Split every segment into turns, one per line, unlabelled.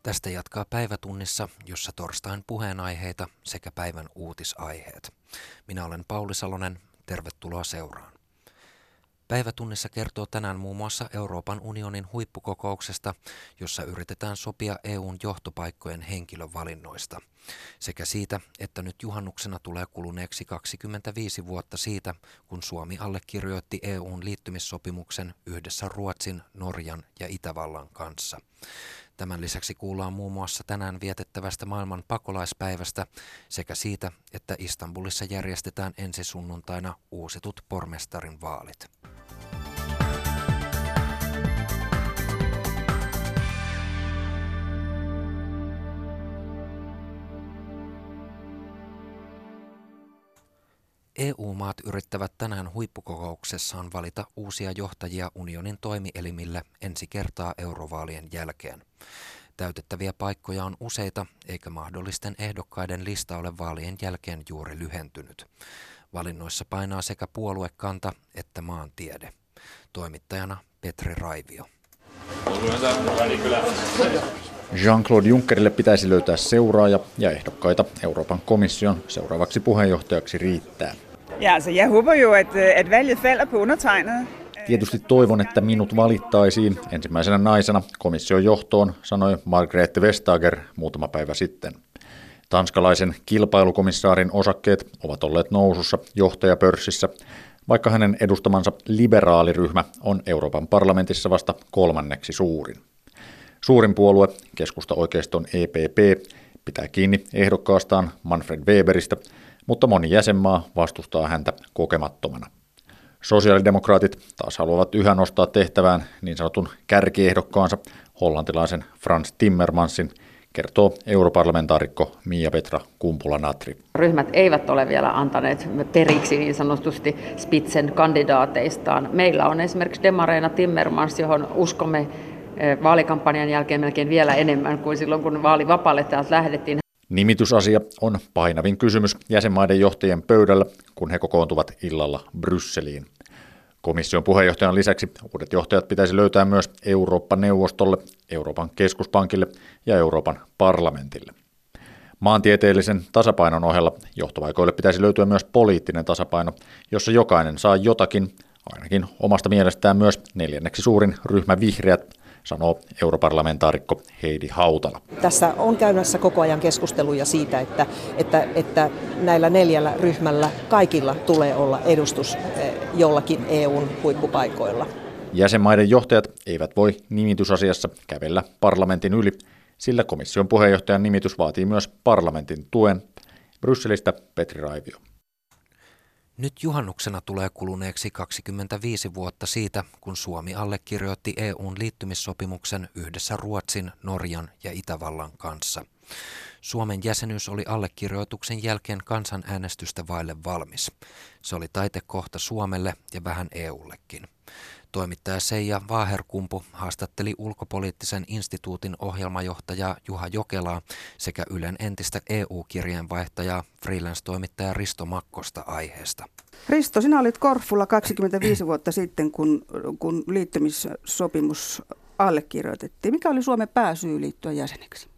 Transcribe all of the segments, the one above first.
Tästä jatkaa päivätunnissa, jossa torstain puheenaiheita sekä päivän uutisaiheet. Minä olen Pauli Salonen, tervetuloa seuraan. Päivätunnissa kertoo tänään muun muassa Euroopan unionin huippukokouksesta, jossa yritetään sopia EUn johtopaikkojen henkilövalinnoista, sekä siitä, että nyt juhannuksena tulee kuluneeksi 25 vuotta siitä, kun Suomi allekirjoitti EUn liittymissopimuksen yhdessä Ruotsin, Norjan ja Itävallan kanssa. Tämän lisäksi kuullaan muun muassa tänään vietettävästä maailman pakolaispäivästä sekä siitä, että Istanbulissa järjestetään ensi sunnuntaina uusitut pormestarin vaalit. EU-maat yrittävät tänään huippukokouksessaan valita uusia johtajia unionin toimielimille ensi kertaa eurovaalien jälkeen. Täytettäviä paikkoja on useita, eikä mahdollisten ehdokkaiden lista ole vaalien jälkeen juuri lyhentynyt. Valinnoissa painaa sekä puoluekanta että maantiede. Toimittajana Petri Raivio.
Jean-Claude Junckerille pitäisi löytää seuraaja ja ehdokkaita Euroopan komission seuraavaksi puheenjohtajaksi riittää.
Jeg håber jo, at valget falder på undertegnede.
Tietysti toivon, että minut valittaisiin ensimmäisenä naisena komission johtoon, sanoi Margrethe Vestager muutama päivä sitten. Tanskalaisen kilpailukomissaarin osakkeet ovat olleet nousussa johtajapörssissä, vaikka hänen edustamansa liberaaliryhmä on Euroopan parlamentissa vasta kolmanneksi suurin. Suurin puolue, keskusta-oikeiston EPP, pitää kiinni ehdokkaastaan Manfred Weberistä, mutta moni jäsenmaa vastustaa häntä kokemattomana. Sosiaalidemokraatit taas haluavat yhä nostaa tehtävään niin sanotun kärkiehdokkaansa hollantilaisen Frans Timmermansin, kertoo europarlamentaarikko Mia-Petra Kumpula-Natri.
Ryhmät eivät ole vielä antaneet periksi niin sanotusti Spitzen kandidaateistaan. Meillä on esimerkiksi demareina Timmermans, johon uskomme vaalikampanjan jälkeen melkein vielä enemmän kuin silloin, kun vaalivapaalle täältä lähdettiin.
Nimitysasia on painavin kysymys jäsenmaiden johtajien pöydällä, kun he kokoontuvat illalla Brysseliin. Komission puheenjohtajan lisäksi uudet johtajat pitäisi löytää myös Eurooppa-neuvostolle, Euroopan keskuspankille ja Euroopan parlamentille. Maantieteellisen tasapainon ohella johtopaikoille pitäisi löytyä myös poliittinen tasapaino, jossa jokainen saa jotakin, ainakin omasta mielestään myös neljänneksi suurin ryhmä vihreät, sanoo europarlamentaarikko Heidi Hautala.
Tässä on käymässä koko ajan keskusteluja siitä, että näillä neljällä ryhmällä kaikilla tulee olla edustus jollakin EUn huippupaikoilla.
Jäsenmaiden johtajat eivät voi nimitysasiassa kävellä parlamentin yli, sillä komission puheenjohtajan nimitys vaatii myös parlamentin tuen. Brysselistä Petri Raivio.
Nyt juhannuksena tulee kuluneeksi 25 vuotta siitä, kun Suomi allekirjoitti EUn liittymissopimuksen yhdessä Ruotsin, Norjan ja Itävallan kanssa. Suomen jäsenyys oli allekirjoituksen jälkeen kansanäänestystä vaille valmis. Se oli taitekohta Suomelle ja vähän EUllekin. Toimittaja Seija Vaaherkumpu haastatteli ulkopoliittisen instituutin ohjelmajohtajaa Juha Jokelaa sekä Ylen entistä EU-kirjeenvaihtajaa freelance-toimittaja Risto Makkosta aiheesta.
Risto, sinä olit Korfulla 25 vuotta sitten, kun liittymissopimus allekirjoitettiin. Mikä oli Suomen pääsyy liittyä jäseneksi?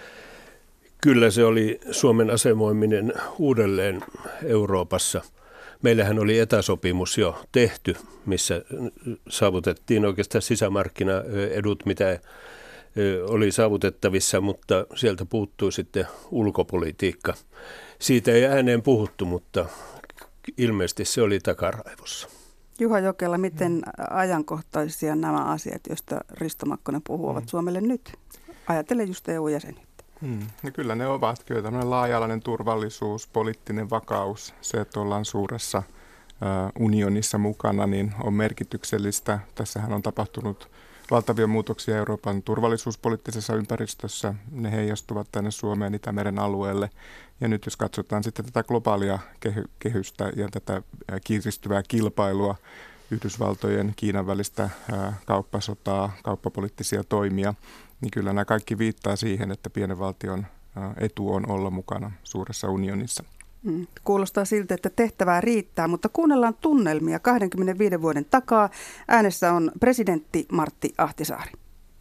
Kyllä se oli Suomen asemoiminen uudelleen Euroopassa. Meillähän oli etäsopimus jo tehty, missä saavutettiin oikeastaan sisämarkkinaedut, mitä oli saavutettavissa, mutta sieltä puuttui sitten ulkopolitiikka. Siitä ei ääneen puhuttu, mutta ilmeisesti se oli takaraivossa.
Juha Jokela, miten ajankohtaisia nämä asiat, joista Risto Makkonen puhuu, ovat Suomelle nyt? Ajattelen just EU-jäsenyyttä.
No kyllä ne ovat. Kyllä tämmöinen laaja-alainen turvallisuus, poliittinen vakaus, se, että ollaan suuressa unionissa mukana, niin on merkityksellistä. Tässähän on tapahtunut valtavia muutoksia Euroopan turvallisuuspoliittisessa ympäristössä. Ne heijastuvat tänne Suomeen, Itämeren alueelle. Ja nyt jos katsotaan sitten tätä globaalia kehystä ja tätä kiristyvää kilpailua, Yhdysvaltojen, Kiinan välistä kauppasotaa, kauppapoliittisia toimia, niin kyllä nämä kaikki viittaa siihen, että pienen valtion etu on olla mukana suuressa unionissa.
Kuulostaa siltä, että tehtävää riittää, mutta kuunnellaan tunnelmia 25 vuoden takaa. Äänessä on presidentti Martti Ahtisaari.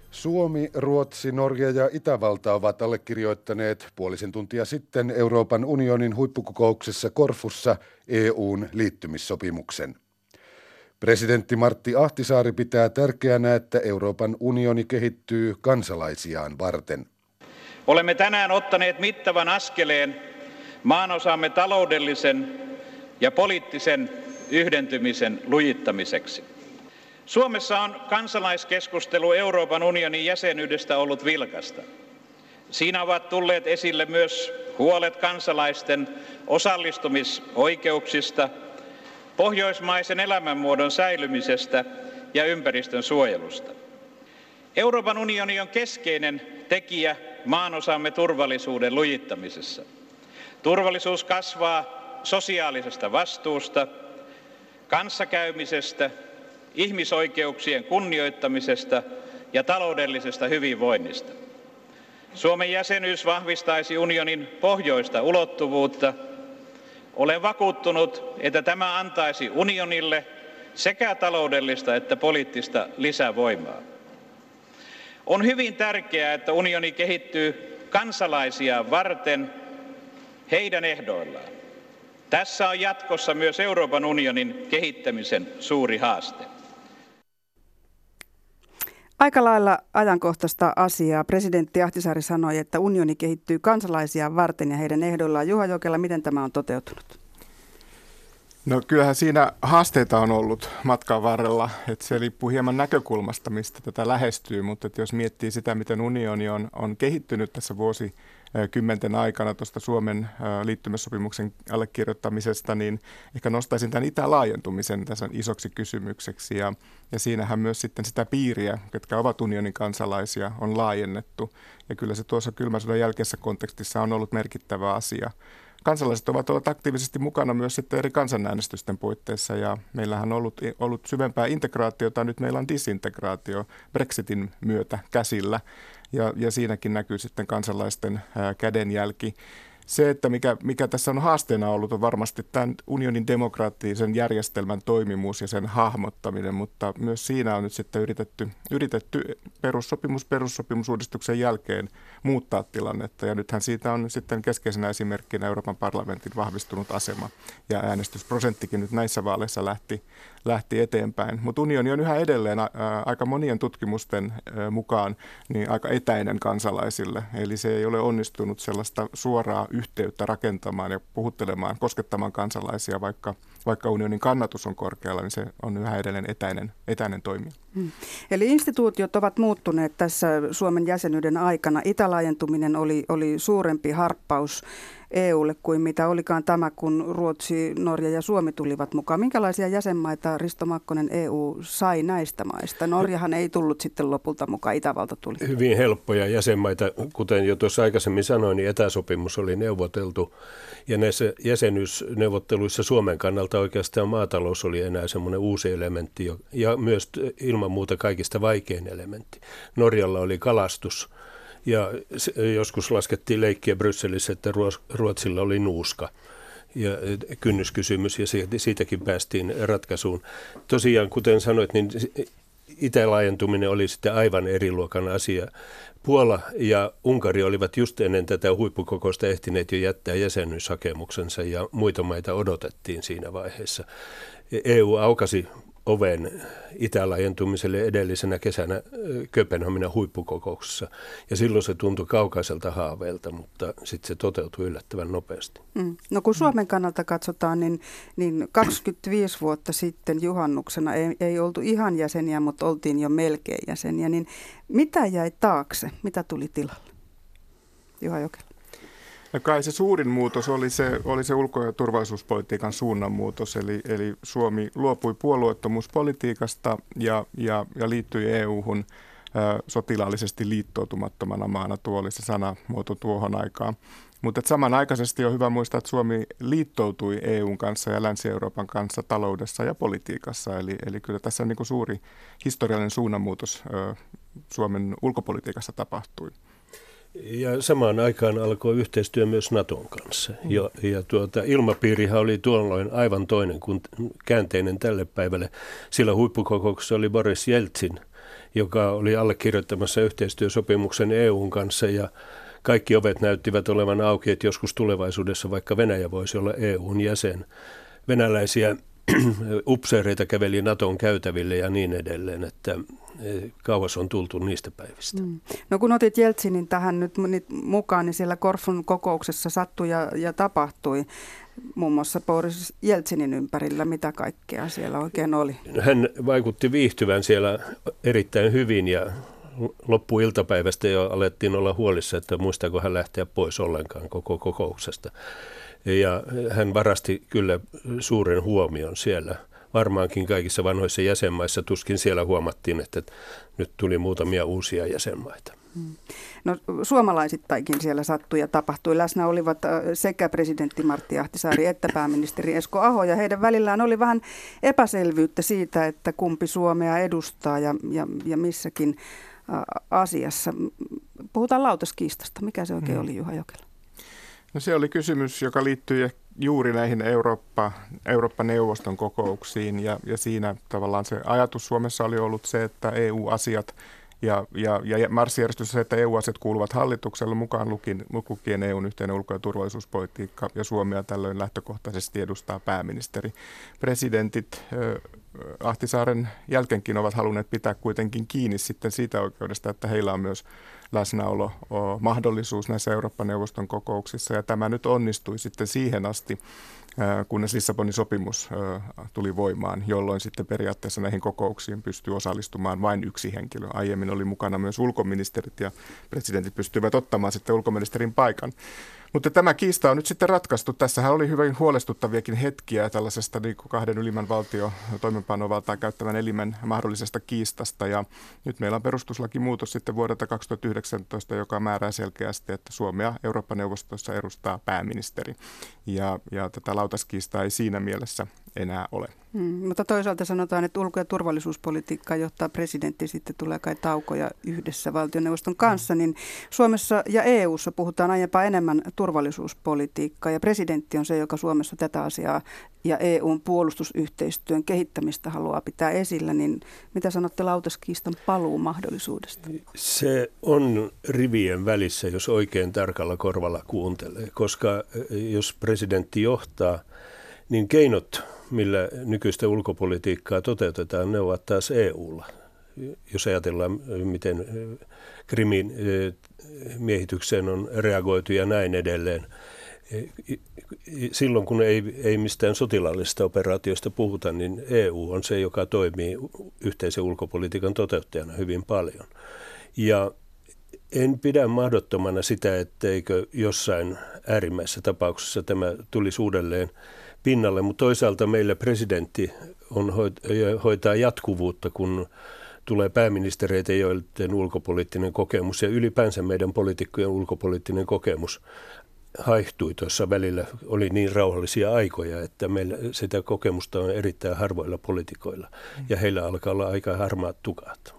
Suomi, Ruotsi, Norja ja Itävalta ovat allekirjoittaneet puolisen tuntia sitten Euroopan unionin huippukokouksessa Korfussa EU:n liittymissopimuksen. Presidentti Martti Ahtisaari pitää tärkeänä, että Euroopan unioni kehittyy kansalaisiaan varten.
Olemme tänään ottaneet mittavan askeleen maanosamme taloudellisen ja poliittisen yhdentymisen lujittamiseksi. Suomessa on kansalaiskeskustelu Euroopan unionin jäsenyydestä ollut vilkasta. Siinä ovat tulleet esille myös huolet kansalaisten osallistumisoikeuksista, pohjoismaisen elämänmuodon säilymisestä ja ympäristön suojelusta. Euroopan unioni on keskeinen tekijä maanosamme turvallisuuden lujittamisessa. Turvallisuus kasvaa sosiaalisesta vastuusta, kanssakäymisestä, ihmisoikeuksien kunnioittamisesta ja taloudellisesta hyvinvoinnista. Suomen jäsenyys vahvistaisi unionin pohjoista ulottuvuutta. Olen vakuuttunut, että tämä antaisi unionille sekä taloudellista että poliittista lisävoimaa. On hyvin tärkeää, että unioni kehittyy kansalaisia varten heidän ehdoillaan. Tässä on jatkossa myös Euroopan unionin kehittämisen suuri haaste.
Aika lailla ajankohtaista asiaa. Presidentti Ahtisaari sanoi, että unioni kehittyy kansalaisia varten ja heidän ehdoillaan. Juha Jokela, miten tämä on toteutunut?
No kyllähän siinä haasteita on ollut matkan varrella, että se riippuu hieman näkökulmasta, mistä tätä lähestyy, mutta että jos miettii sitä, miten unioni on kehittynyt tässä vuosikymmenten aikana tuosta Suomen liittymissopimuksen allekirjoittamisesta, niin ehkä nostaisin tämän itälaajentumisen tässä isoksi kysymykseksi ja siinähän myös sitten sitä piiriä, ketkä ovat unionin kansalaisia, on laajennettu ja kyllä se tuossa kylmän sodan jälkeisessä kontekstissa on ollut merkittävä asia. Kansalaiset ovat olleet aktiivisesti mukana myös sitten eri kansanäänestysten puitteissa ja meillähän on ollut syvempää integraatiota, nyt meillä on disintegraatio Brexitin myötä käsillä ja siinäkin näkyy sitten kansalaisten kädenjälki. Se, että mikä tässä on haasteena ollut, on varmasti tämän unionin demokraattisen järjestelmän toimimus ja sen hahmottaminen, mutta myös siinä on nyt sitten yritetty perussopimusuudistuksen jälkeen muuttaa tilannetta. Ja nythän siitä on sitten keskeisenä esimerkkinä Euroopan parlamentin vahvistunut asema ja äänestysprosenttikin nyt näissä vaaleissa lähti eteenpäin. Mutta unioni on yhä edelleen aika monien tutkimusten mukaan niin aika etäinen kansalaisille, eli se ei ole onnistunut sellaista suoraa yhteyttä rakentamaan ja puhuttelemaan, koskettamaan kansalaisia, vaikka unionin kannatus on korkealla, niin se on yhä edelleen etäinen toimija.
Eli instituutiot ovat muuttuneet tässä Suomen jäsenyyden aikana. Itälaajentuminen oli suurempi harppaus EUlle kuin mitä olikaan tämä, kun Ruotsi, Norja ja Suomi tulivat mukaan. Minkälaisia jäsenmaita, Risto Makkonen, EU sai näistä maista? Norjahan ei tullut sitten lopulta mukaan, Itävalta tuli.
Hyvin helppoja jäsenmaita, kuten jo tuossa aikaisemmin sanoin, niin etäsopimus oli neuvoteltu. Ja näissä jäsenyysneuvotteluissa Suomen kannalta oikeastaan maatalous oli enää semmoinen uusi elementti ja myös ilman muuta kaikista vaikein elementti. Norjalla oli kalastus. Ja joskus laskettiin leikkiä Brysselissä, että Ruotsilla oli nuuska ja kynnyskysymys ja siitäkin päästiin ratkaisuun. Tosiaan, kuten sanoit, niin itälaajentuminen oli sitten aivan eri luokan asia. Puola ja Unkari olivat just ennen tätä huippukokousta ehtineet jo jättää jäsenyyshakemuksensa ja muita maita odotettiin siinä vaiheessa. EU aukasi oven itälaajentumiselle edellisenä kesänä Kööpenhaminan huippukokouksessa. Ja silloin se tuntui kaukaiselta haaveelta, mutta sitten se toteutui yllättävän nopeasti.
No kun Suomen kannalta katsotaan, niin 25 vuotta sitten juhannuksena ei oltu ihan jäseniä, mutta oltiin jo melkein jäseniä. Niin mitä jäi taakse? Mitä tuli tilalle? Juha Jokela.
No kai se suurin muutos oli se ulko- ja turvallisuuspolitiikan suunnanmuutos, eli Suomi luopui puolueettomuuspolitiikasta ja liittyi EU-hun sotilaallisesti liittoutumattomana maana. Tuo oli se sanamuoto tuohon aikaan. Mutta samanaikaisesti on hyvä muistaa, että Suomi liittoutui EUn kanssa ja Länsi-Euroopan kanssa taloudessa ja politiikassa. Eli kyllä tässä niin kuin suuri historiallinen suunnanmuutos Suomen ulkopolitiikassa tapahtui.
Ja samaan aikaan alkoi yhteistyö myös Naton kanssa. Ja ilmapiirihän oli tuolloin aivan toinen kuin käänteinen tälle päivälle. Sillä huippukokouksessa oli Boris Jeltsin, joka oli allekirjoittamassa yhteistyösopimuksen EUn kanssa, ja kaikki ovet näyttivät olevan auki, että joskus tulevaisuudessa vaikka Venäjä voisi olla EUn jäsen. Venäläisiä upseereita käveli Naton käytäville ja niin edelleen, että kauas on tultu niistä päivistä.
No kun otit Jeltsinin tähän nyt mukaan, niin siellä Korfun kokouksessa sattui ja tapahtui muun muassa Boris Jeltsinin ympärillä. Mitä kaikkea siellä oikein oli?
Hän vaikutti viihtyvän siellä erittäin hyvin ja loppuiltapäivästä jo alettiin olla huolissa, että muistaako hän lähteä pois ollenkaan koko kokouksesta. Ja hän varasti kyllä suuren huomion siellä. Varmaankin kaikissa vanhoissa jäsenmaissa tuskin siellä huomattiin, että nyt tuli muutamia uusia jäsenmaita.
No suomalaisittainkin siellä sattui ja tapahtui. Läsnä olivat sekä presidentti Martti Ahtisaari että pääministeri Esko Aho, ja heidän välillään oli vähän epäselvyyttä siitä, että kumpi Suomea edustaa ja missäkin asiassa. Puhutaan lautaskiistasta. Mikä se oikein oli, Juha Jokela?
No se oli kysymys, joka liittyy juuri näihin Eurooppa-neuvoston kokouksiin, ja siinä tavallaan se ajatus Suomessa oli ollut se, että EU-asiat ja marssijärjestys se, että EU-asiat kuuluvat hallitukselle mukaan lukien EUn yhteinen ulko- ja turvallisuuspolitiikka, ja Suomea tällöin lähtökohtaisesti edustaa pääministeri. Presidentit Ahtisaaren jälkeenkin ovat halunneet pitää kuitenkin kiinni sitten siitä oikeudesta, että heillä on myös läsnäolo mahdollisuus näissä Eurooppa-neuvoston kokouksissa, ja tämä nyt onnistui sitten siihen asti, kunnes Lissabonin sopimus tuli voimaan, jolloin sitten periaatteessa näihin kokouksiin pystyy osallistumaan vain yksi henkilö. Aiemmin oli mukana myös ulkoministerit, ja presidentit pystyivät ottamaan sitten ulkoministerin paikan. Mutta tämä kiista on nyt sitten ratkaistu. Tässähän oli hyvin huolestuttaviakin hetkiä tällaisesta niin kuin kahden ylimmän toimeenpanovaltaa käyttävän elimen mahdollisesta kiistasta. Ja nyt meillä on perustuslakimuutos sitten vuodelta 2019, joka määrää selkeästi, että Suomea Eurooppa-neuvostossa edustaa pääministeri. Ja tätä lautaskiistaa ei siinä mielessä enää ole.
Mutta toisaalta sanotaan, että ulko- ja turvallisuuspolitiikkaa johtaa presidentti, sitten tulee kai taukoja yhdessä valtioneuvoston kanssa, niin Suomessa ja EU:ssa puhutaan aiempaa enemmän turvallisuuspolitiikkaa, ja presidentti on se, joka Suomessa tätä asiaa ja EUn puolustusyhteistyön kehittämistä haluaa pitää esillä, niin mitä sanotte lautaskiistan paluumahdollisuudesta?
Se on rivien välissä, jos oikein tarkalla korvalla kuuntelee, koska jos presidentti johtaa, niin keinot, millä nykyistä ulkopolitiikkaa toteutetaan, ne ovat taas EUlla. Jos ajatellaan, miten Krimin miehitykseen on reagoitu ja näin edelleen. Silloin, kun ei mistään sotilaallisesta operaatiosta puhuta, niin EU on se, joka toimii yhteisen ulkopolitiikan toteuttajana hyvin paljon. Ja en pidä mahdottomana sitä, etteikö jossain äärimmäisessä tapauksessa tämä tulisi uudelleen pinnalle, mutta toisaalta meillä presidentti hoitaa jatkuvuutta, kun tulee pääministereitä, joiden ulkopoliittinen kokemus ja ylipäänsä meidän poliitikkojen ulkopoliittinen kokemus haihtui tuossa välillä. Oli niin rauhallisia aikoja, että meillä sitä kokemusta on erittäin harvoilla poliitikoilla ja heillä alkaa olla aika harmaat tukat.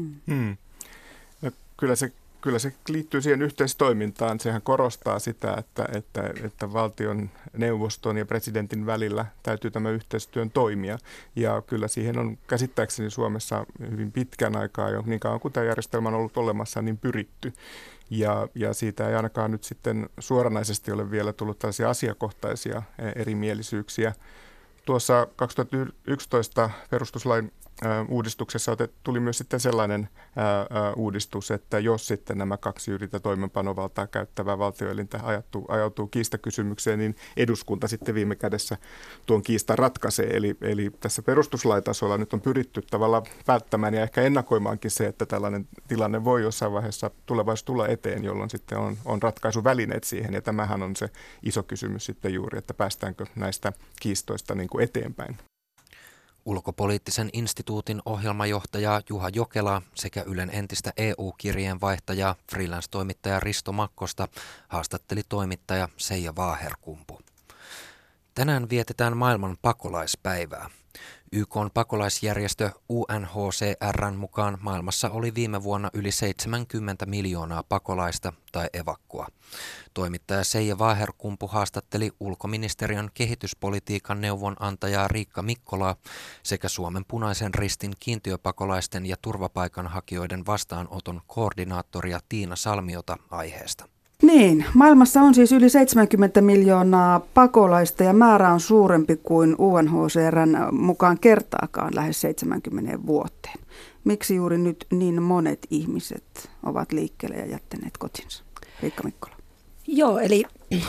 No, Kyllä se liittyy siihen yhteistoimintaan. Sehän korostaa sitä, että valtion neuvoston ja presidentin välillä täytyy tämä yhteistyön toimia. Ja kyllä siihen on käsittääkseni Suomessa hyvin pitkän aikaa jo, niin kauan kuin tämä järjestelmä on ollut olemassa, niin pyritty. Ja siitä ei ainakaan nyt sitten suoranaisesti ole vielä tullut tällaisia asiakohtaisia erimielisyyksiä. Tuossa 2011 perustuslain uudistuksessa tuli myös sitten sellainen uudistus, että jos sitten nämä kaksi ylitä toimenpanovaltaa käyttävää valtioelintä ajautuu kiistakysymykseen, niin eduskunta sitten viime kädessä tuon kiistan ratkaisee. Eli tässä perustuslaitasolla nyt on pyritty tavallaan välttämään ja ehkä ennakoimaankin se, että tällainen tilanne voi jossain vaiheessa tulevaisuudessa tulla eteen, jolloin sitten on ratkaisuvälineet siihen. Ja tämähän on se iso kysymys sitten juuri, että päästäänkö näistä kiistoista niin kuin eteenpäin.
Ulkopoliittisen instituutin ohjelmajohtaja Juha Jokela sekä Ylen entistä EU-kirjeenvaihtajaa, freelance-toimittaja Risto Makkosta haastatteli toimittaja Seija Vaaherkumpu. Tänään vietetään maailman pakolaispäivää. YK:n pakolaisjärjestö UNHCR:n mukaan maailmassa oli viime vuonna yli 70 miljoonaa pakolaista tai evakkua. Toimittaja Seija Vaaherkumpu haastatteli ulkoministeriön kehityspolitiikan neuvonantajaa Riikka Mikkolaa sekä Suomen Punaisen Ristin kiintiöpakolaisten ja turvapaikanhakijoiden vastaanoton koordinaattoria Tiina Salmiota aiheesta.
Niin, maailmassa on siis yli 70 miljoonaa pakolaista ja määrä on suurempi kuin UNHCR:n mukaan kertaakaan lähes 70 vuoteen. Miksi juuri nyt niin monet ihmiset ovat liikkeelle ja jättäneet kotinsa? Riikka Mikkola.
Joo, eli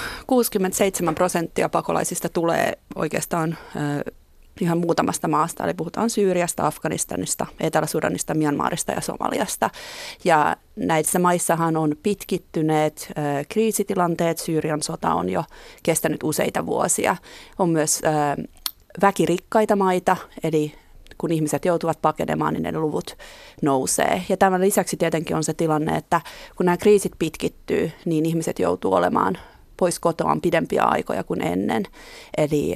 67% pakolaisista tulee oikeastaan ihan muutamasta maasta, eli puhutaan Syyriasta, Afganistanista, Etelä-Sudanista, Myanmarista ja Somaliasta. Ja näissä maissahan on pitkittyneet kriisitilanteet, Syyrian sota on jo kestänyt useita vuosia. On myös väkirikkaita maita, eli kun ihmiset joutuvat pakenemaan, niin ne luvut nousee. Ja tämän lisäksi tietenkin on se tilanne, että kun nämä kriisit pitkittyy, niin ihmiset joutuu olemaan pois kotoaan pidempiä aikoja kuin ennen. Eli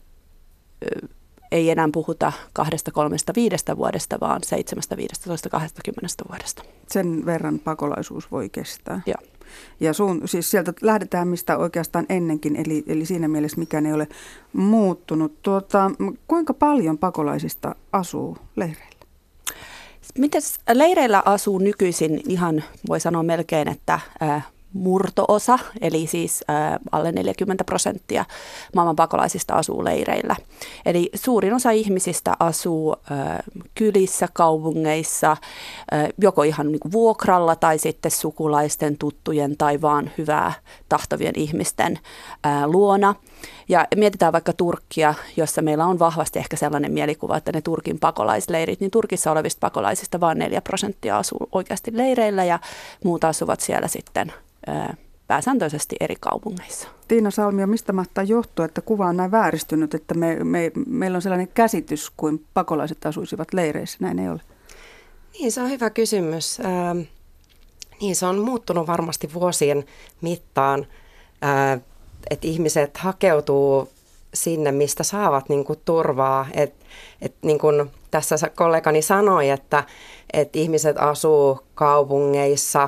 ei enää puhuta 2, 3, 5 vuodesta, vaan 7, 15, 20 vuodesta.
Sen verran pakolaisuus voi kestää.
Joo.
Ja siis sieltä lähdetään mistä oikeastaan ennenkin, eli siinä mielessä mikään ei ole muuttunut. Kuinka paljon pakolaisista asuu leireillä?
Mites leireillä asuu nykyisin ihan, voi sanoa melkein, että murto-osa, eli siis alle 40% maailman pakolaisista asuu leireillä. Eli suurin osa ihmisistä asuu kylissä, kaupungeissa, joko ihan niin kuin vuokralla tai sitten sukulaisten, tuttujen tai vaan hyvää tahtovien ihmisten luona. Ja mietitään vaikka Turkkia, jossa meillä on vahvasti ehkä sellainen mielikuva, että ne Turkin pakolaisleirit, niin Turkissa olevista pakolaisista vain 4% asuu oikeasti leireillä ja muut asuvat siellä sitten pääsääntöisesti eri kaupungeissa.
Tiina Salmio, mistä mahtaa johtua, että kuva on näin vääristynyt, että meillä on sellainen käsitys, kuin pakolaiset asuisivat leireissä? Näin ei ole.
Niin, se on hyvä kysymys. Niin, se on muuttunut varmasti vuosien mittaan, että ihmiset hakeutuu sinne, mistä saavat niin kuin turvaa. Niin kuin tässä kollegani sanoi, että ihmiset asuu kaupungeissa,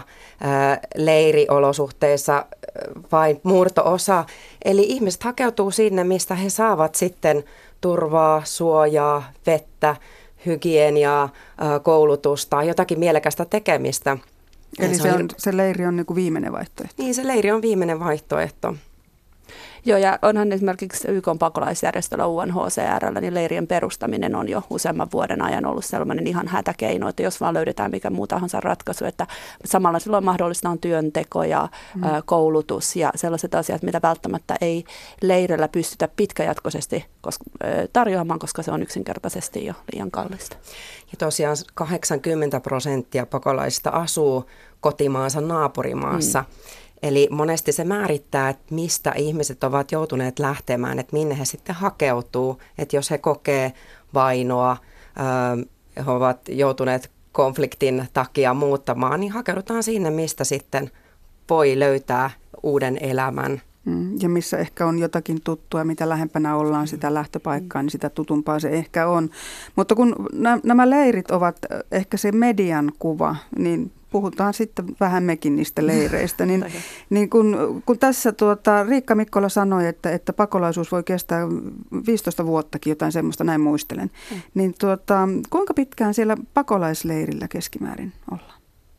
leiriolosuhteissa vain murto-osa. Eli ihmiset hakeutuu sinne, mistä he saavat sitten turvaa, suojaa, vettä, hygieniaa, koulutusta, jotakin mielekästä tekemistä.
Eli se leiri on niin kuin viimeinen vaihtoehto? Niin,
se leiri on viimeinen vaihtoehto.
Joo, ja onhan esimerkiksi YK:n pakolaisjärjestöllä UNHCR:llä, niin leirien perustaminen on jo useamman vuoden ajan ollut sellainen ihan hätäkeino, että jos vaan löydetään mikä muu tahansa ratkaisu, että samalla silloin mahdollista on työnteko ja koulutus ja sellaiset asiat, mitä välttämättä ei leirillä pystytä pitkäjatkoisesti tarjoamaan, koska se on yksinkertaisesti jo liian kallista.
Ja tosiaan 80% pakolaisista asuu kotimaansa naapurimaassa. Eli monesti se määrittää, että mistä ihmiset ovat joutuneet lähtemään, että minne he sitten hakeutuu. Että jos he kokee vainoa, he ovat joutuneet konfliktin takia muuttamaan, niin hakeudutaan sinne, mistä sitten voi löytää uuden elämän.
Ja missä ehkä on jotakin tuttua, mitä lähempänä ollaan sitä lähtöpaikkaa, niin sitä tutumpaa se ehkä on. Mutta kun nämä leirit ovat ehkä se median kuva, niin puhutaan sitten vähän mekin niistä leireistä. Niin kun tässä Riikka Mikkola sanoi, että pakolaisuus voi kestää 15 vuottakin, jotain semmoista, näin muistelen. Niin kuinka pitkään siellä pakolaisleirillä keskimäärin ollaan?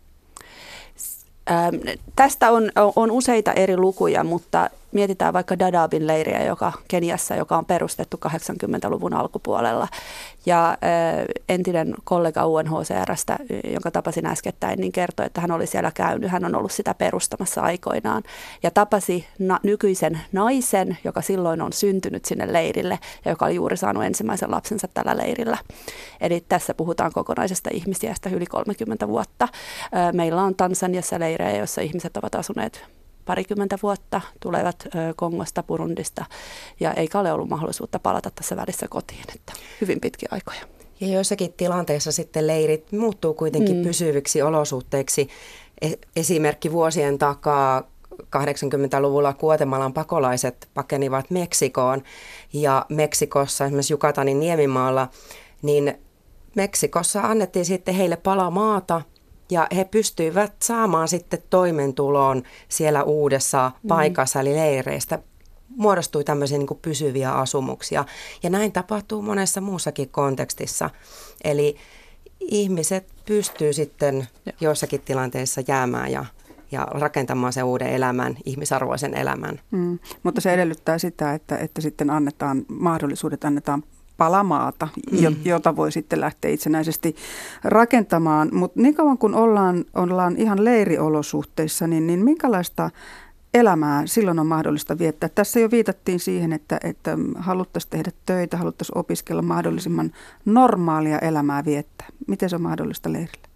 Tästä on useita eri lukuja, mutta mietitään vaikka Dadaabin leiriä, joka on perustettu 80-luvun alkupuolella. Ja entinen kollega UNHCR:stä, jonka tapasin äskettäin, niin kertoi, että hän oli siellä käynyt. Hän on ollut sitä perustamassa aikoinaan ja tapasi nykyisen naisen, joka silloin on syntynyt sinne leirille ja joka oli juuri saanut ensimmäisen lapsensa tällä leirillä. Eli tässä puhutaan kokonaisesta ihmisiästä yli 30 vuotta. Meillä on Tansaniassa leirejä, joissa ihmiset ovat asuneet parikymmentä vuotta, tulevat Kongosta, Burundista ja eikä ole ollut mahdollisuutta palata tässä välissä kotiin, että hyvin pitkiä aikoja.
Ja joissakin tilanteissa sitten leirit muuttuu kuitenkin pysyviksi olosuhteiksi. Esimerkki vuosien takaa 80-luvulla Guatemalan pakolaiset pakenivat Meksikoon ja Meksikossa, esimerkiksi Yucatanin niemimaalla, niin Meksikossa annettiin sitten heille pala maata ja he pystyivät saamaan sitten toimeentuloon siellä uudessa paikassa, eli leireistä. Muodostui tämmöisiä niin kuin pysyviä asumuksia ja näin tapahtuu monessa muussakin kontekstissa. Eli ihmiset pystyy sitten joissakin tilanteissa jäämään ja rakentamaan sen uuden elämän, ihmisarvoisen elämän.
Mutta se edellyttää sitä, että sitten annetaan palamaata, jota voi sitten lähteä itsenäisesti rakentamaan. Mutta niin kauan kun ollaan ihan leiriolosuhteissa, niin minkälaista elämää silloin on mahdollista viettää? Tässä jo viitattiin siihen, että haluttaisiin tehdä töitä, haluttaisiin opiskella, mahdollisimman normaalia elämää viettää. Miten se on mahdollista leirillä?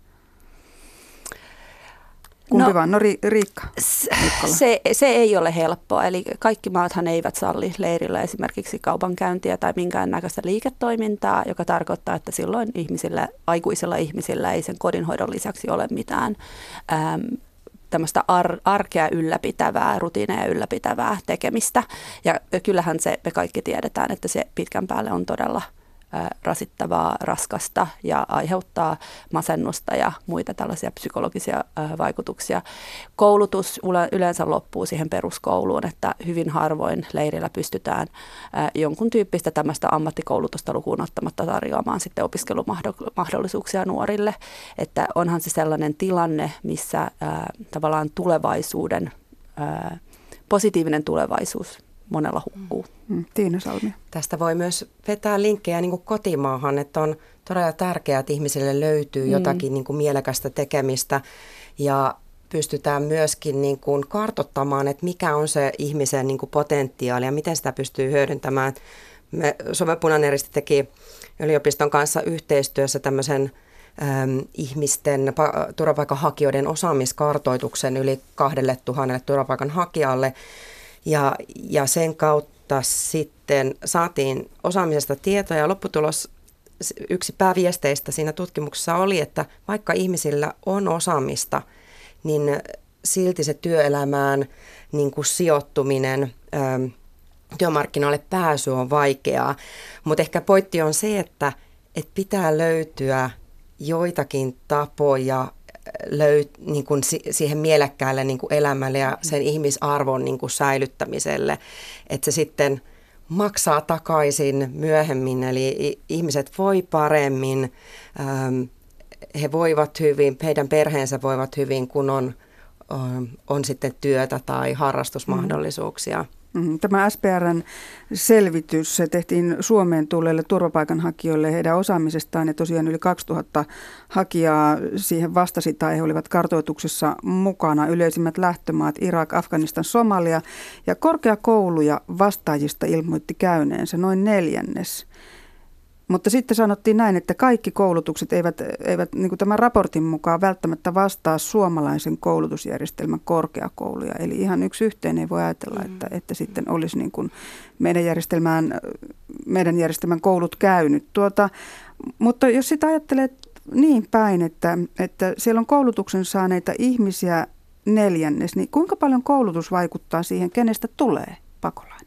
Kumpi vaan? No Riikka.
Se ei ole helppoa. Eli kaikki maathan eivät salli leirillä esimerkiksi kaupankäyntiä tai minkäännäköistä liiketoimintaa, joka tarkoittaa, että silloin aikuisilla ihmisillä ei sen kodinhoidon lisäksi ole mitään tämmöistä arkea ylläpitävää, rutiineja ylläpitävää tekemistä. Ja kyllähän me kaikki tiedetään, että se pitkän päälle on todella rasittavaa, raskasta ja aiheuttaa masennusta ja muita tällaisia psykologisia vaikutuksia. Koulutus yleensä loppuu siihen peruskouluun, että hyvin harvoin leirillä pystytään jonkun tyyppistä tämmöistä ammattikoulutusta lukuun ottamatta tarjoamaan sitten opiskelumahdollisuuksia nuorille. Että onhan se sellainen tilanne, missä tavallaan tulevaisuuden, positiivinen tulevaisuus monella hukkuu.
Tiina Salmia.
Tästä voi myös vetää linkkejä niin kuin kotimaahan, että on todella tärkeää, että ihmisille löytyy jotakin niin kuin mielekästä tekemistä ja pystytään myöskin niin kuin kartoittamaan, että mikä on se ihmisen niin kuin potentiaali ja miten sitä pystyy hyödyntämään. Suomen Punainen Risti teki yliopiston kanssa yhteistyössä tämmöisen ihmisten, turvapaikanhakijoiden osaamiskartoituksen yli 2,000 turvapaikanhakijalle. Ja sen kautta sitten saatiin osaamisesta tietoa ja lopputulos, yksi pääviesteistä siinä tutkimuksessa oli, että vaikka ihmisillä on osaamista, niin silti se työelämään niin kuin sijoittuminen, työmarkkinoille pääsy on vaikeaa. Mutta ehkä pointti on se, että pitää löytyä joitakin tapoja niin kuin siihen mielekkäälle niin kuin elämälle ja sen ihmisarvon niin kuin säilyttämiselle, että se sitten maksaa takaisin myöhemmin, eli ihmiset voi paremmin, he voivat hyvin, heidän perheensä voivat hyvin, kun on sitten työtä tai harrastusmahdollisuuksia.
Tämä SPR:n selvitys, se tehtiin Suomeen tulleille turvapaikanhakijoille heidän osaamisestaan ja tosiaan yli 2000 hakijaa siihen vastasi tai he olivat kartoituksessa mukana. Yleisimmät lähtömaat Irak, Afganistan, Somalia ja korkeakouluja vastaajista ilmoitti käyneensä noin 1/4. Mutta sitten sanottiin näin, että kaikki koulutukset eivät niin kuin tämän raportin mukaan välttämättä vastaa suomalaisen koulutusjärjestelmän korkeakouluja. Eli ihan yksi yhteen ei voi ajatella, että sitten olisi niin kuin meidän järjestelmän koulut käynyt. Mutta jos sitä ajattelee niin päin, että siellä on koulutuksen saaneita ihmisiä 1/4, niin kuinka paljon koulutus vaikuttaa siihen, kenestä tulee pakolainen?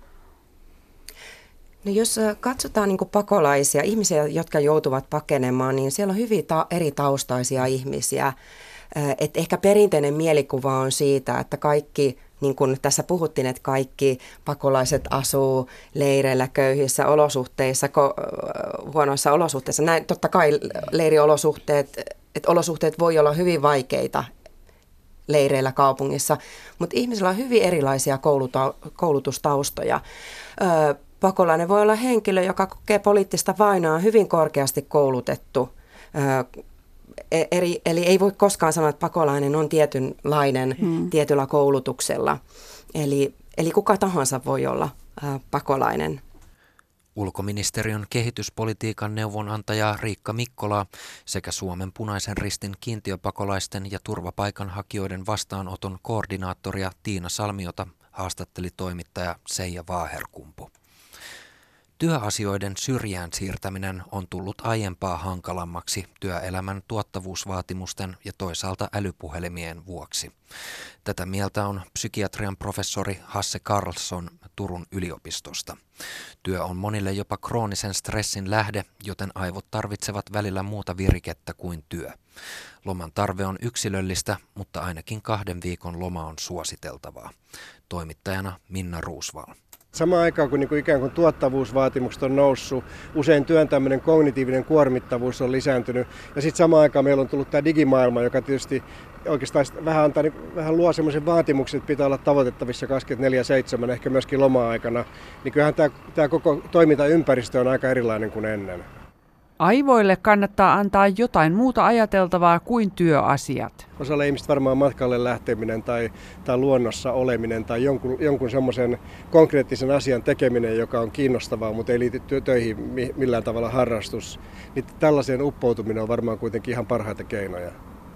No jos katsotaan niin kuin pakolaisia, ihmisiä, jotka joutuvat pakenemaan, niin siellä on hyvin eri taustaisia ihmisiä. Et ehkä perinteinen mielikuva on siitä, että kaikki, niin kuin tässä puhuttiin, että kaikki pakolaiset asuu leireillä köyhissä olosuhteissa, huonoissa olosuhteissa. Näin, totta kai leiriolosuhteet, että olosuhteet voi olla hyvin vaikeita leireillä kaupungissa, mutta ihmisillä on hyvin erilaisia koulutustaustoja. Pakolainen voi olla henkilö, joka kokee poliittista vainoa, hyvin korkeasti koulutettu. Eli ei voi koskaan sanoa, että pakolainen on tietynlainen tietyllä koulutuksella. Eli kuka tahansa voi olla pakolainen.
Ulkoministeriön kehityspolitiikan neuvonantaja Riikka Mikkola sekä Suomen Punaisen Ristin kiintiöpakolaisten ja turvapaikanhakijoiden vastaanoton koordinaattoria Tiina Salmiota haastatteli toimittaja Seija Vaaherkumpu. Työasioiden syrjään siirtäminen on tullut aiempaa hankalammaksi työelämän tuottavuusvaatimusten ja toisaalta älypuhelimien vuoksi. Tätä mieltä on psykiatrian professori Hasse Karlsson Turun yliopistosta. Työ on monille jopa kroonisen stressin lähde, joten aivot tarvitsevat välillä muuta virikettä kuin työ. Loman tarve on yksilöllistä, mutta ainakin 2 viikon loma on suositeltavaa. Toimittajana Minna Roosvall.
Samaan aikaan kun ikään kuin tuottavuusvaatimukset on noussut, usein työn tämmöinen kognitiivinen kuormittavuus on lisääntynyt. Ja sitten samaan aikaan meillä on tullut tämä digimaailma, joka tietysti oikeastaan vähän luo semmoisen vaatimuksen, että pitää olla tavoitettavissa 24/7, ehkä myöskin loma-aikana. Niin kyllähän tämä koko toimintaympäristö on aika erilainen kuin ennen.
Aivoille kannattaa antaa jotain muuta ajateltavaa kuin työasiat.
Osalle ihmistä varmaan matkalle lähteminen tai luonnossa oleminen tai jonkun semmoisen konkreettisen asian tekeminen, joka on kiinnostavaa, mutta ei liity töihin millään tavalla harrastus. Niin tällaiseen uppoutuminen on varmaan kuitenkin ihan parhaita keinoja.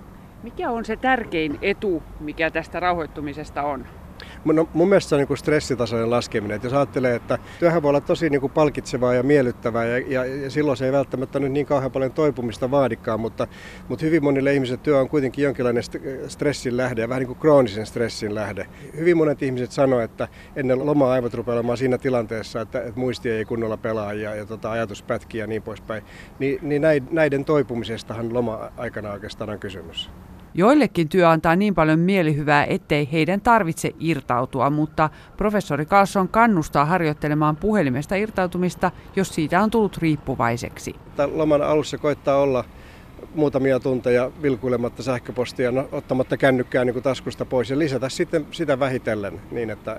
Mikä on se tärkein etu, mikä tästä rauhoittumisesta on?
No, mun mielestä se on niin stressitasojen laskeminen. Et jos ajattelee, että työhän voi olla tosi niin palkitsevaa ja miellyttävää ja silloin se ei välttämättä nyt niin kauhean paljon toipumista vaadikaan, mutta hyvin monille ihmisille työ on kuitenkin jonkinlainen stressin lähde ja vähän niin kuin kroonisen stressin lähde. Hyvin monet ihmiset sanoo, että ennen lomaa aivot rupeaa olemaan siinä tilanteessa, että muisti ei kunnolla pelaa ja ajatus pätkii ja niin poispäin. Niin näiden toipumisestahan loma-aikana oikeastaan on kysymys.
Joillekin työ antaa niin paljon mielihyvää, ettei heidän tarvitse irtautua, mutta professori Karlsson kannustaa harjoittelemaan puhelimesta irtautumista, jos siitä on tullut riippuvaiseksi.
Loman alussa koittaa olla muutamia tunteja vilkuilematta sähköpostia, ottamatta kännykkää niin kuin taskusta pois ja lisätä sitten sitä vähitellen niin, että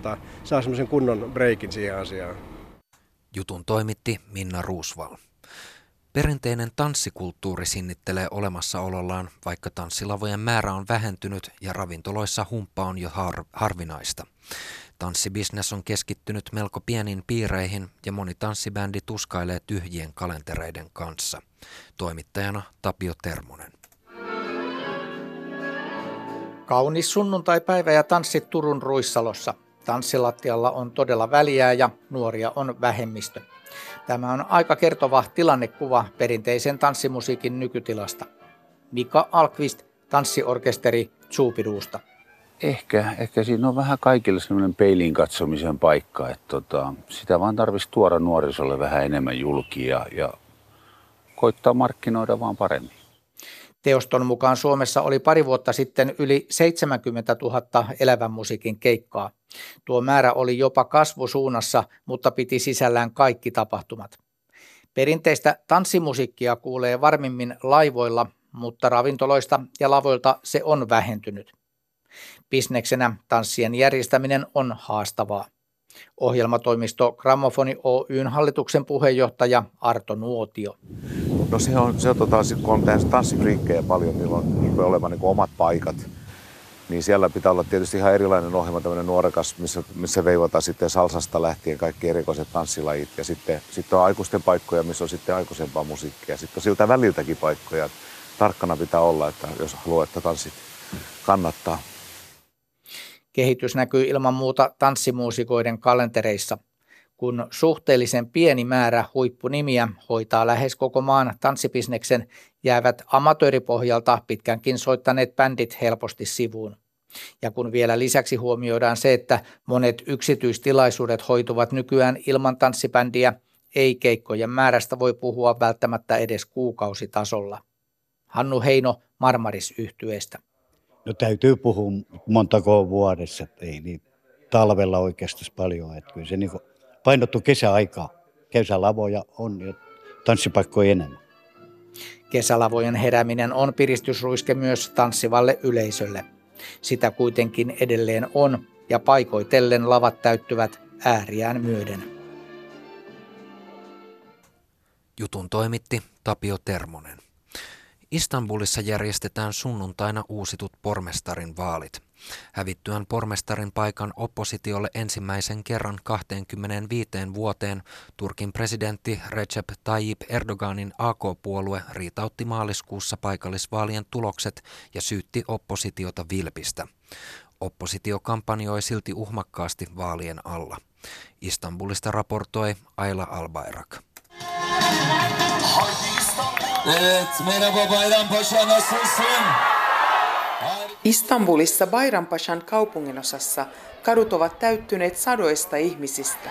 saa semmoisen kunnon breikin siihen asiaan.
Jutun toimitti Minna Roosvall. Perinteinen tanssikulttuuri sinnittelee olemassaolollaan, vaikka tanssilavojen määrä on vähentynyt ja ravintoloissa humppa on jo harvinaista. Tanssibisnes on keskittynyt melko pieniin piireihin ja moni tanssibändi tuskailee tyhjien kalentereiden kanssa. Toimittajana Tapio Termonen.
Kaunis sunnuntaipäivä ja tanssit Turun Ruissalossa. Tanssilattialla on todella väliä ja nuoria on vähemmistö. Tämä on aika kertova tilannekuva perinteisen tanssimusiikin nykytilasta. Mika Alkvist, tanssiorkesteri Tsuupiduusta.
Ehkä siinä on vähän kaikille sellainen peiliin katsomisen paikka, että sitä vaan tarvitsisi tuoda nuorisolle vähän enemmän julkia ja koittaa markkinoida vaan paremmin.
Teoston mukaan Suomessa oli pari vuotta sitten yli 70 000 elävän musiikin keikkaa. Tuo määrä oli jopa kasvusuunnassa, mutta piti sisällään kaikki tapahtumat. Perinteistä tanssimusiikkia kuulee varmimmin laivoilla, mutta ravintoloista ja lavoilta se on vähentynyt. Bisneksenä tanssien järjestäminen on haastavaa. Ohjelmatoimisto Grammofoni Oyn hallituksen puheenjohtaja Arto Nuotio.
No se on kun on tanssifriikkejä paljon, niillä on olemaan niin omat paikat. Niin siellä pitää olla tietysti ihan erilainen ohjelma, tämmöinen nuorekas, missä veivataan sitten salsasta lähtien kaikki erikoiset tanssilajit. Ja sitten on aikuisten paikkoja, missä on sitten aikuisempaa musiikkia. Sitten on siltä väliltäkin paikkoja. Tarkkana pitää olla, että jos haluaa, että tanssit kannattaa.
Kehitys näkyy ilman muuta tanssimuusikoiden kalentereissa. Kun suhteellisen pieni määrä huippunimiä hoitaa lähes koko maan tanssibisneksen, jäävät amatööripohjalta pitkänkin soittaneet bändit helposti sivuun. Ja kun vielä lisäksi huomioidaan se, että monet yksityistilaisuudet hoituvat nykyään ilman tanssibändiä, ei keikkojen määrästä voi puhua välttämättä edes kuukausitasolla. Hannu Heino Marmaris-yhtyeestä.
No täytyy puhua montako vuodessa, ei niin talvella oikeastaan paljon. Että kyllä se niin painottuu kesäaikaa. Kesälavoja on ja tanssipaikkoja enemmän.
Kesälavojen herääminen on piristysruiske myös tanssivalle yleisölle. Sitä kuitenkin edelleen on ja paikoitellen lavat täyttyvät ääriään myöden.
Jutun toimitti Tapio Termonen. Istanbulissa järjestetään sunnuntaina uusitut pormestarin vaalit. Hävittyään pormestarin paikan oppositiolle ensimmäisen kerran 25 vuoteen Turkin presidentti Recep Tayyip Erdoganin AK-puolue riitautti maaliskuussa paikallisvaalien tulokset ja syytti oppositiota vilpistä. Oppositio kampanjoi silti uhmakkaasti vaalien alla. Istanbulista raportoi Ayla Albayrak.
Istanbulissa Bayrampaşan kaupunginosassa kadut ovat täyttyneet sadoista ihmisistä.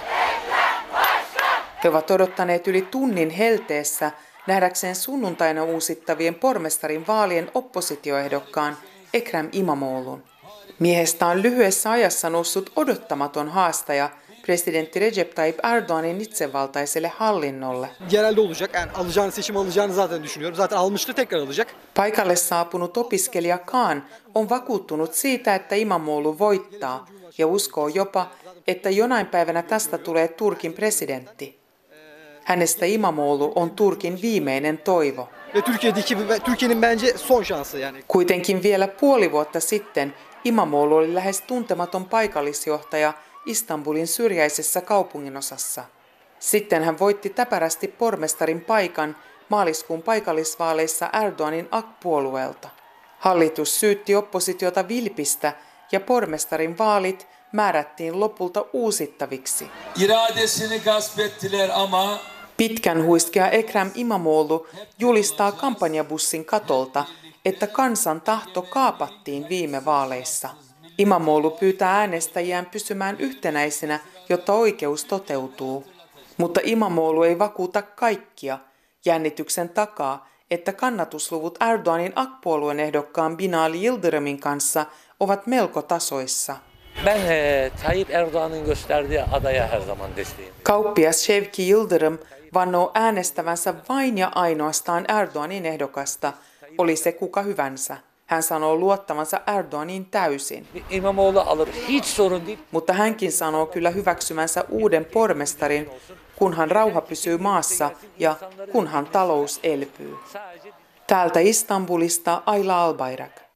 He ovat odottaneet yli tunnin helteessä nähdäkseen sunnuntaina uusittavien pormestarin vaalien oppositioehdokkaan Ekrem İmamoğlu'n. Miehestä on lyhyessä ajassa noussut odottamaton haastaja presidentti Recep Tayyip Erdoğan'in itsevaltaiselle hallinnolle.
Genelde olacak. Yani alacağını, seçim alacağını zaten düşünüyorum. Zaten almıştı, tekrar alacak.
Paikalle saapunut opiskelija Kaan on vakuuttunut siitä, että İmamoğlu voittaa ja uskoo jopa, että jonain päivänä tästä tulee Turkin presidentti. Hänestä İmamoğlu on Turkin viimeinen toivo.
Türkiye'nin bence son şansı yani.
Kuitenkin vielä puoli vuotta sitten İmamoğlu oli lähes tuntematon paikallisjohtaja Istanbulin syrjäisessä kaupunginosassa. Sitten hän voitti täpärästi pormestarin paikan maaliskuun paikallisvaaleissa Erdoğan'in AK-puolueelta. Hallitus syytti oppositiota vilpistä ja pormestarin vaalit määrättiin lopulta uusittaviksi.
İradesini gasp ettiler ama
Pitkän huiskea Ekrem İmamoğlu julistaa kampanjabussin katolta, että kansan tahto kaapattiin viime vaaleissa. İmamoğlu pyytää äänestäjiään pysymään yhtenäisinä, jotta oikeus toteutuu. Mutta İmamoğlu ei vakuuta kaikkia. Jännityksen takaa, että kannatusluvut Erdoğan'in AK-puolueen ehdokkaan Binali Yıldırım'in kanssa ovat melko tasoissa.
Ben Tayyip Erdoğan'ın gösterdiği adaya her zaman desteğim.
Kauppias Şevki Yıldırım vannoo äänestävänsä vain ja ainoastaan Erdoğan'in ehdokasta, oli se kuka hyvänsä. Hän sanoo luottavansa Erdoğan'in täysin.
İmamoğlu alır, hiç sorun değil.
Mutta hänkin sanoo kyllä hyväksymänsä uuden pormestarin, kunhan rauha pysyy maassa ja kunhan talous elpyy. Täältä Istanbulista Ayla Albayrak.